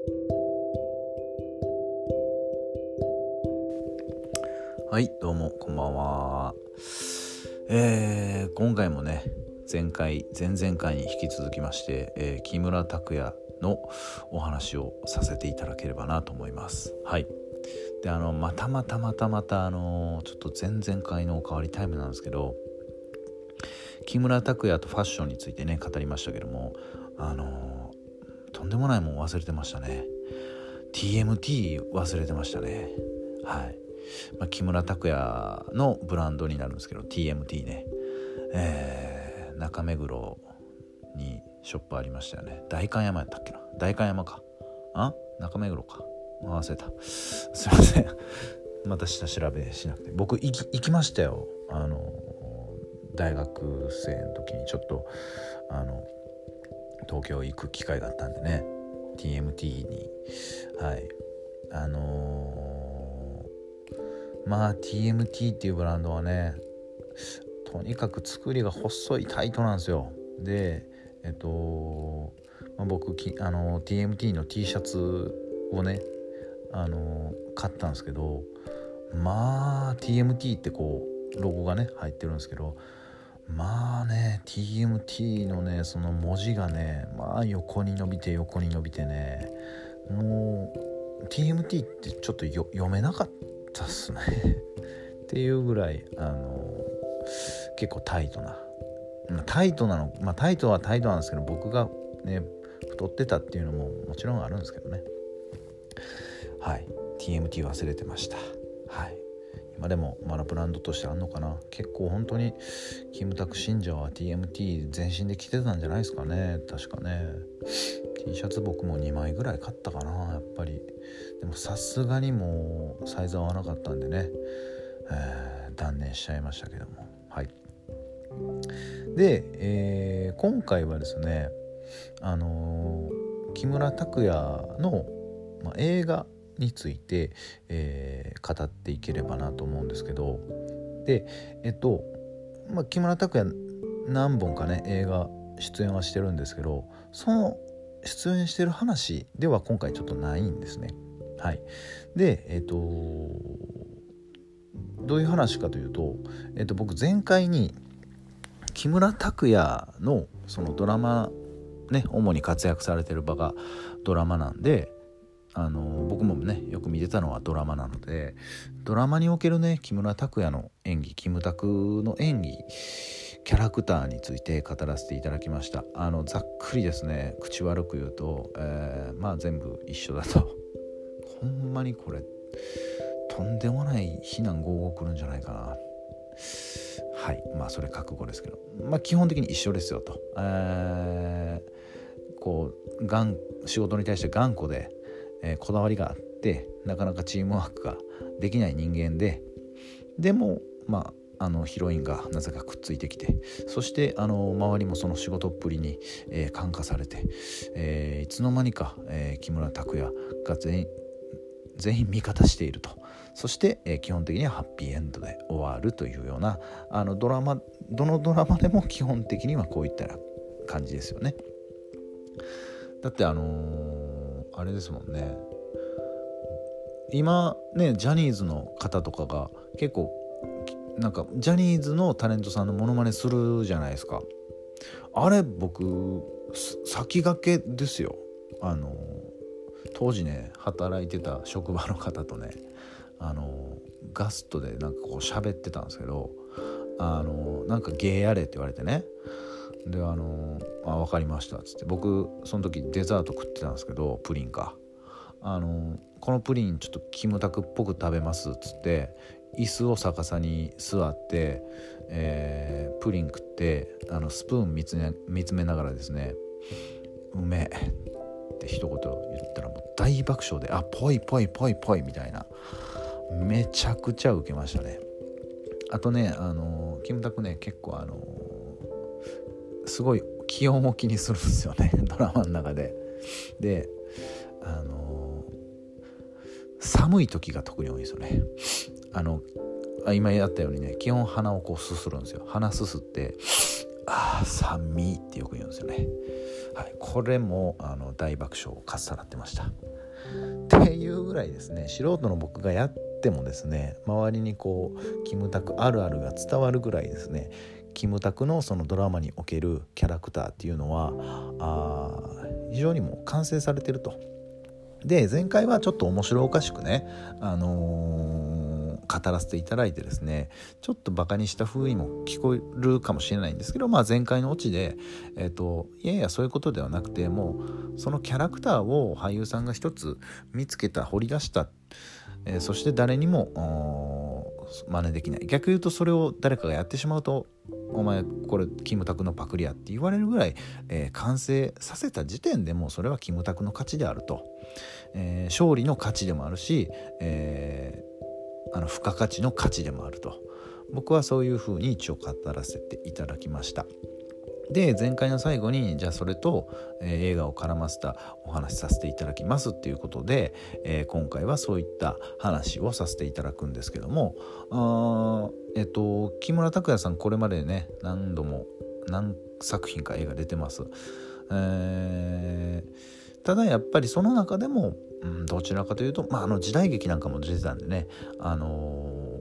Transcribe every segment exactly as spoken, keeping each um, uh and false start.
はい、どうもこんばんは。えー、今回もね、前回前々回に引き続きまして、えー、木村拓哉のお話をさせていただければなと思います。はい。で、あのまたまたまたまたあのちょっと前々回のおかわりタイムなんですけど、木村拓哉とファッションについてね語りましたけども、あのとんでもないもん忘れてましたね。 ティーエムティー 忘れてましたね。はい。まあ、木村拓哉のブランドになるんですけど ティーエムティー ね、えー、中目黒にショップありましたよね。代官山やったっけな、代官山か、あ中目黒か忘れた、すいませんまた下調べしなくて。僕行き、行きましたよ。あの大学生の時にちょっとあの東京行く機会があったんでね、 ティーエムティー にはいあのーまあ ティーエムティー っていうブランドはね、とにかく作りが細いタイトなんですよ。でえっと、まあ、僕あの ティーエムティー の T シャツをねあの買ったんですけど、まあ ティーエムティー ってこうロゴがね入ってるんですけど、まあね ティーエムティー のねその文字がね、まあ横に伸びて横に伸びてね、もう ティーエムティー ってちょっとよ読めなかったっすねっていうぐらいあの結構タイトなタイトなの、まあタイトはタイトなんですけど、僕がね太ってたっていうのももちろんあるんですけどね。はい、 ティーエムティー 忘れてました。はい、今でもまだブランドとしてあんのかな。結構本当にキムタク信者は ティーエムティー 全身で着てたんじゃないですかね。確かね T シャツ僕もにまいぐらい買ったかなやっぱり。でもさすがにもうサイズ合わなかったんでね、えー、断念しちゃいましたけども。はい。で、えー、今回はですねあのー、木村拓哉の、まあ、映画について、えー、語っていければなと思うんですけど、でえっと、まあ、木村拓哉何本かね映画出演はしてるんですけど、その出演してる話では今回ちょっとないんですね。はい。でえっとどういう話かというと、えっと、僕前回に木村拓哉のそのドラマね、主に活躍されてる場がドラマなんで、あの僕もねよく見てたのはドラマなので、ドラマにおけるね木村拓哉の演技、キムタクの演技、キャラクターについて語らせていただきました。あのざっくりですね、口悪く言うと、えー、まあ全部一緒だと。ほんまにこれとんでもない非難合々来るんじゃないかな。はい、まあそれ覚悟ですけど、まあ基本的に一緒ですよと。えー、こうがん仕事に対して頑固で、えー、こだわりがあって、なかなかチームワークができない人間で、でもまああのヒロインがなぜかくっついてきて、そしてあの周りもその仕事っぷりに、えー、感化されて、えー、いつの間にか、えー、木村拓哉が全員全員味方していると。そして、えー、基本的にはハッピーエンドで終わるというようなあのドラマ、どのドラマでも基本的にはこういった感じですよね。だってあのー、あれですもんね、今ねジャニーズの方とかが結構なんかジャニーズのタレントさんのモノマネするじゃないですか。あれ僕先駆けですよ。あの当時ね働いてた職場の方とねあのガストでなんかこう喋ってたんですけど、あのなんか芸やれって言われてね、であのあ分かりましたっつって、僕その時デザート食ってたんですけど、プリンか、あのこのプリンちょっとキムタクっぽく食べますっつって椅子を逆さに座って、えー、プリン食ってあのスプーン見つめ、見つめながらですね、うめえって一言言ったらもう大爆笑で、あぽいぽいぽいぽいみたいな、めちゃくちゃウケましたね。あとねあのキムタクね結構あのすごい気温を気にするんですよねドラマの中で。であの寒い時が特に多いですよね。あの今やったようにね基本鼻をこうすするんですよ。鼻すすってあー寒いってよく言うんですよね。はい、これもあの大爆笑をかっさらってました。 っていうぐらいですね、素人の僕がやってもですね、周りにこうキムタクあるあるが伝わるぐらいですね、キムタクのそのドラマにおけるキャラクターっていうのはあ非常にもう完成されてると。で前回はちょっと面白おかしくね、あのー、語らせていただいてですね、ちょっとバカにした風にも聞こえるかもしれないんですけど、まあ、前回のオチで、えーと、いやいやそういうことではなくて、もうそのキャラクターを俳優さんが一つ見つけた、掘り出した、えー、そして誰にも真似できない、逆言うとそれを誰かがやってしまうと、お前これキムタクのパクリやって言われるぐらい、えー、完成させた時点でもうそれはキムタクの勝ちであると、えー、勝利の価値でもあるし、えー、あの付加価値の価値でもあると、僕はそういうふうに一応語らせていただきました。で前回の最後にじゃあそれと、えー、映画を絡ませたお話しさせていただきますっていうことで、えー、今回はそういった話をさせていただくんですけども、あえっと木村拓哉さんこれまでね何度も何作品か映画出てます、えー、ただやっぱりその中でも、うん、どちらかというと、まあ、あの時代劇なんかも出てたんでね、あのー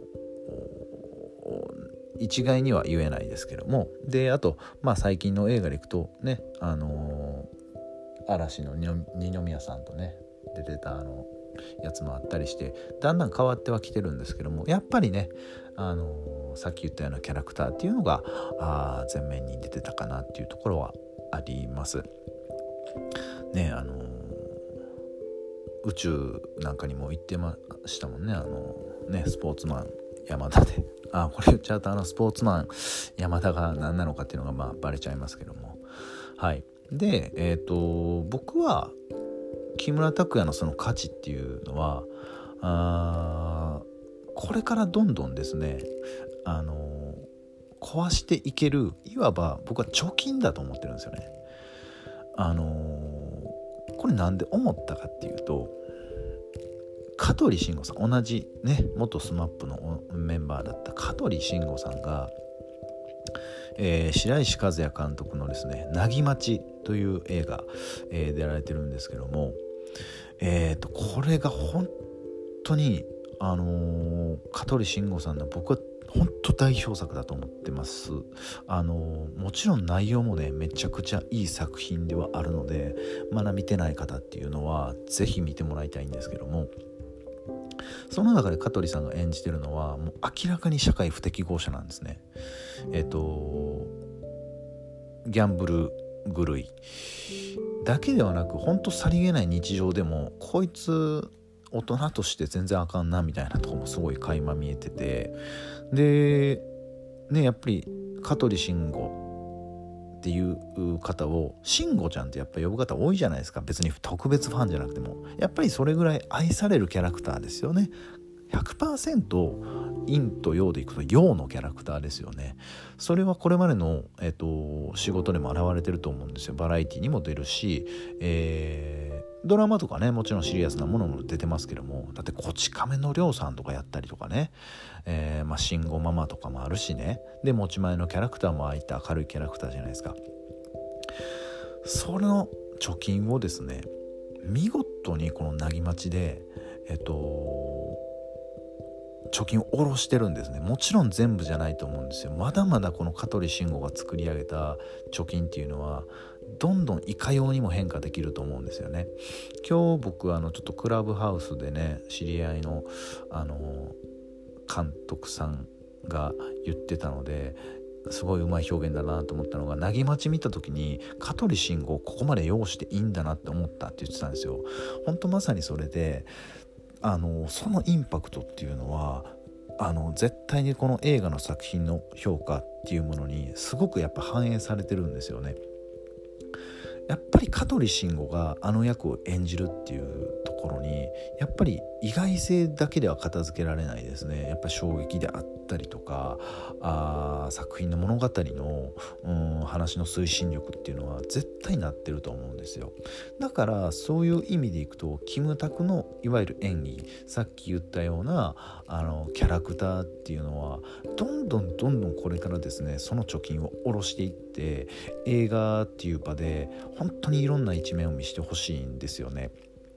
一概には言えないですけども、であと、まあ、最近の映画でいくとね、あのー、嵐の二宮さんとね出てたあのやつもあったりして、だんだん変わってはきてるんですけども、やっぱりね、あのー、さっき言ったようなキャラクターっていうのがあ前面に出てたかなっていうところはありますね。あのー、宇宙なんかにも行ってましたもんね、あのー、ねスポーツマン山田で、あこれ言っちゃうとあのスポーツマン山田が何なのかっていうのがまあバレちゃいますけども、はいでえっ、ー、と僕は木村拓哉のその価値っていうのはあこれからどんどんですね、あの壊していける、いわば僕は貯金だと思ってるんですよね。あのこれなんで思ったかっていうと、香取慎吾さん、同じね元スマップのメンバーだった香取慎吾さんが、えー、白石和也監督のですね「凪町」という映画、えー、出られてるんですけども、えーとこれが本当にあのー、香取慎吾さんの僕は本当代表作だと思ってます。あのー、もちろん内容もねめちゃくちゃいい作品ではあるので、まだ見てない方っていうのはぜひ見てもらいたいんですけども、その中で香取さんが演じてるのはもう明らかに社会不適合者なんですね。えっとギャンブル狂いだけではなく、本当さりげない日常でもこいつ大人として全然あかんなみたいなところもすごい垣間見えてて、でねやっぱり香取慎吾っていう方を慎吾ちゃんってやっぱ呼ぶ方多いじゃないですか。別に特別ファンじゃなくてもやっぱりそれぐらい愛されるキャラクターですよね。 ひゃくパーセント 陰と陽でいくと陽のキャラクターですよね。それはこれまでの、えっと、仕事でも現れてると思うんですよ。バラエティにも出るし、えー、ドラマとかねもちろんシリアスなものも出てますけども、だってこち亀の亮さんとかやったりとかね、えー、まあ慎吾ママとかもあるしね、で持ち前のキャラクターもああいった明るいキャラクターじゃないですか。その貯金をですね見事にこの凪町でえっと貯金を下ろしてるんですね。もちろん全部じゃないと思うんですよ。まだまだこの香取慎吾が作り上げた貯金っていうのはどんどんいかようにも変化できると思うんですよね。今日僕あのちょっとクラブハウスでね知り合いのあの監督さんが言ってたのですごい上手い表現だなと思ったのが、凪町見た時に香取慎吾をここまで用していいんだなって思ったって言ってたんですよ。本当まさにそれで、あのそのインパクトっていうのはあの絶対にこの映画の作品の評価っていうものにすごくやっぱ反映されてるんですよね。やっぱり香取慎吾があの役を演じるっていうところにやっぱり意外性だけでは片付けられないですね。やっぱり衝撃であったりとかあ作品の物語の、うん、話の推進力っていうのは絶対なってると思うんですよ。だからそういう意味でいくとキムタクのいわゆる演技、さっき言ったようなあのキャラクターっていうのはどんどんどんどんこれからですねその貯金を下ろしていって映画っていう場で本当にいろんな一面を見せてほしいんですよね。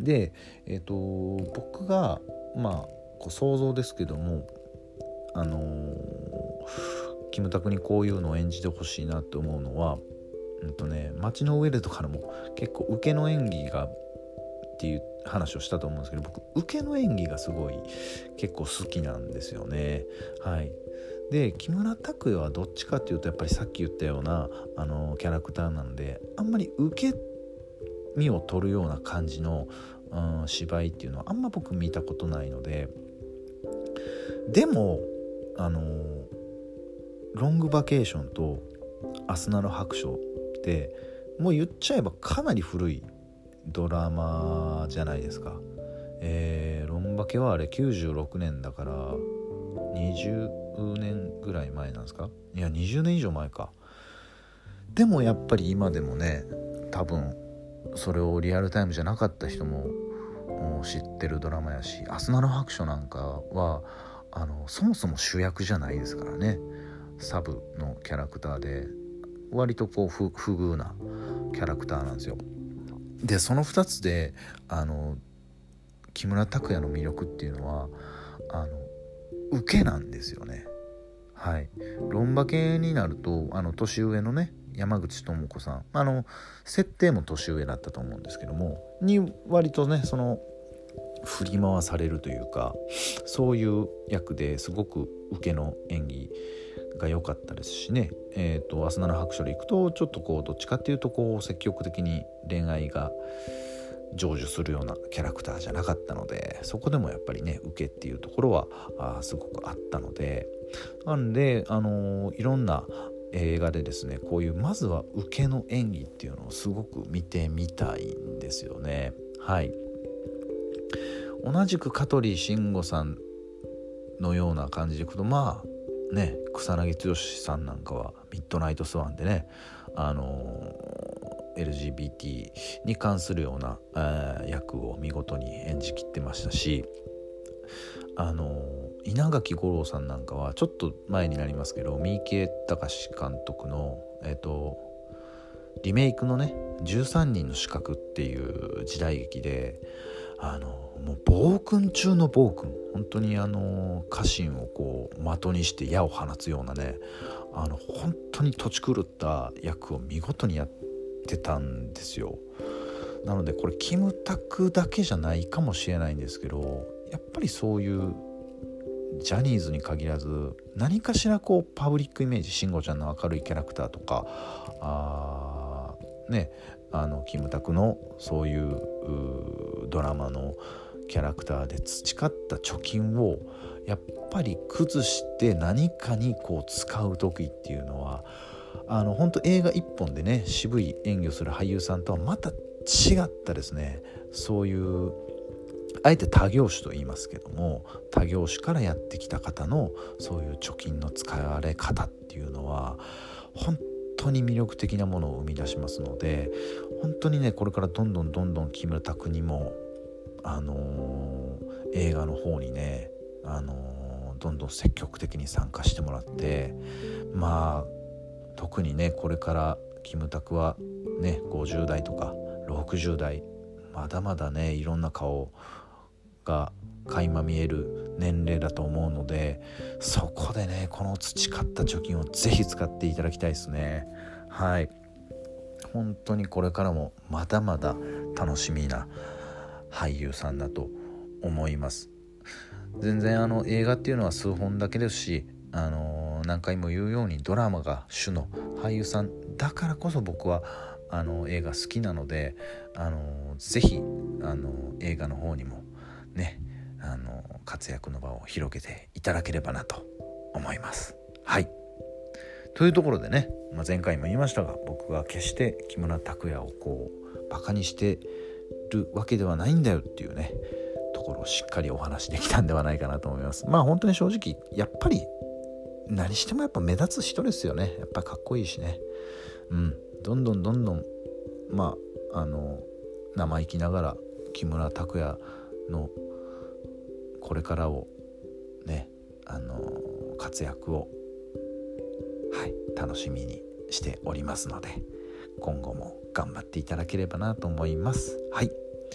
で、えーと、僕がまあこう想像ですけども、あのー、キムタクにこういうのを演じてほしいなって思うのは、うんとね、街の上でとかでも結構受けの演技がっていう話をしたと思うんですけど、僕受けの演技がすごい結構好きなんですよね。はい。で木村拓哉はどっちかっていうとやっぱりさっき言ったようなあのキャラクターなんで、あんまり受け身を取るような感じの、うん、芝居っていうのはあんま僕見たことないので、でもあのロングバケーションとアスナの白書ってもう言っちゃえばかなり古いドラマじゃないですか。えー、ロンバケはあれきゅうじゅうろくねんだからにじゅうねんぐらい前なんですか。いやにじゅうねん以上前か。でもやっぱり今でもね、多分それをリアルタイムじゃなかった人も知ってるドラマやし、アスナの白書なんかはあのそもそも主役じゃないですからね。サブのキャラクターで割とこう不不遇なキャラクターなんですよ。でそのふたつであの木村拓哉の魅力っていうのはあの受けなんですよね。はい。ロンバケになるとあの年上のね山口智子さん、あの設定も年上だったと思うんですけどもに割とねその振り回されるというか、そういう役ですごく受けの演技が良かったですしね。えーとアスナの白書でいくとちょっとこうどっちかっていうとこう積極的に恋愛が成就するようなキャラクターじゃなかったので、そこでもやっぱりね受けっていうところはあすごくあったので、なんであのー、いろんな映画でですねこういうまずは受けの演技っていうのをすごく見てみたいんですよね。はい。同じく香取慎吾さんのような感じでいくと、まあね草薙剛さんなんかはミッドナイトスワンでねあのー、エルジービーティー に関するような、えー、役を見事に演じきってましたし、あのー、稲垣吾郎さんなんかはちょっと前になりますけど三池崇監督のえっとリメイクのねじゅうさんにんの刺客っていう時代劇で、あのもう暴君中の暴君、本当にあの家臣をこう的にして矢を放つようなね、あの本当に土地狂った役を見事にやってたんですよ。なのでこれキムタクだけじゃないかもしれないんですけど、やっぱりそういうジャニーズに限らず何かしらこうパブリックイメージ、慎吾ちゃんの明るいキャラクターとかあねあのキムタクのそういうドラマのキャラクターで培った貯金をやっぱり崩して何かにこう使う時っていうのはあの本当映画一本でね渋い演技をする俳優さんとはまた違ったですね、そういうあえて他業種と言いますけども他業種からやってきた方のそういう貯金の使われ方っていうのは本当に魅力的なものを生み出しますので、本当にねこれからどんどんどんどん木村拓にもあのー、映画の方にね、あのー、どんどん積極的に参加してもらって、まあ特にねこれからキムタクはねごじゅう代とかろくじゅう代まだまだねいろんな顔が垣間見える年齢だと思うので、そこでねこの培った貯金をぜひ使っていただきたいですね。はい。本当にこれからもまだまだ楽しみな俳優さんだと思います。全然あの映画っていうのは数本だけですし、あのー、何回も言うようにドラマが主の俳優さんだからこそ僕はあの映画好きなので、あのー、ぜひあのー、映画の方にもねあのー、活躍の場を広げていただければなと思います。はい。というところでね、まあ、前回も言いましたが僕が決して木村拓哉をこうバカにしてるわけではないんだよっていうねところをしっかりお話できたんではないかなと思います。まあ本当に正直やっぱり何してもやっぱ目立つ人ですよね。やっぱかっこいいしね、うん、どんどんどんどんまああの生意気ながら木村拓哉のこれからをねあの活躍をはい楽しみにしておりますので、今後も頑張っていただければなと思います。はい。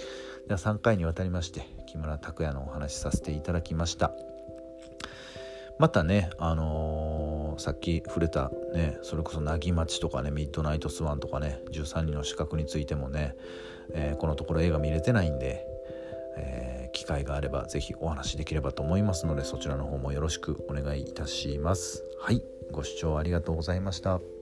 ではさんかいにわたりまして木村拓哉のお話しさせていただきました。またね、あのー、さっき触れたね、それこそなぎまちとかね、ミッドナイトスワンとかね、じゅうさんにんの資格についてもね、えー、このところ映画見れてないんで、えー、機会があればぜひお話できればと思いますので、そちらの方もよろしくお願いいたします。はい、ご視聴ありがとうございました。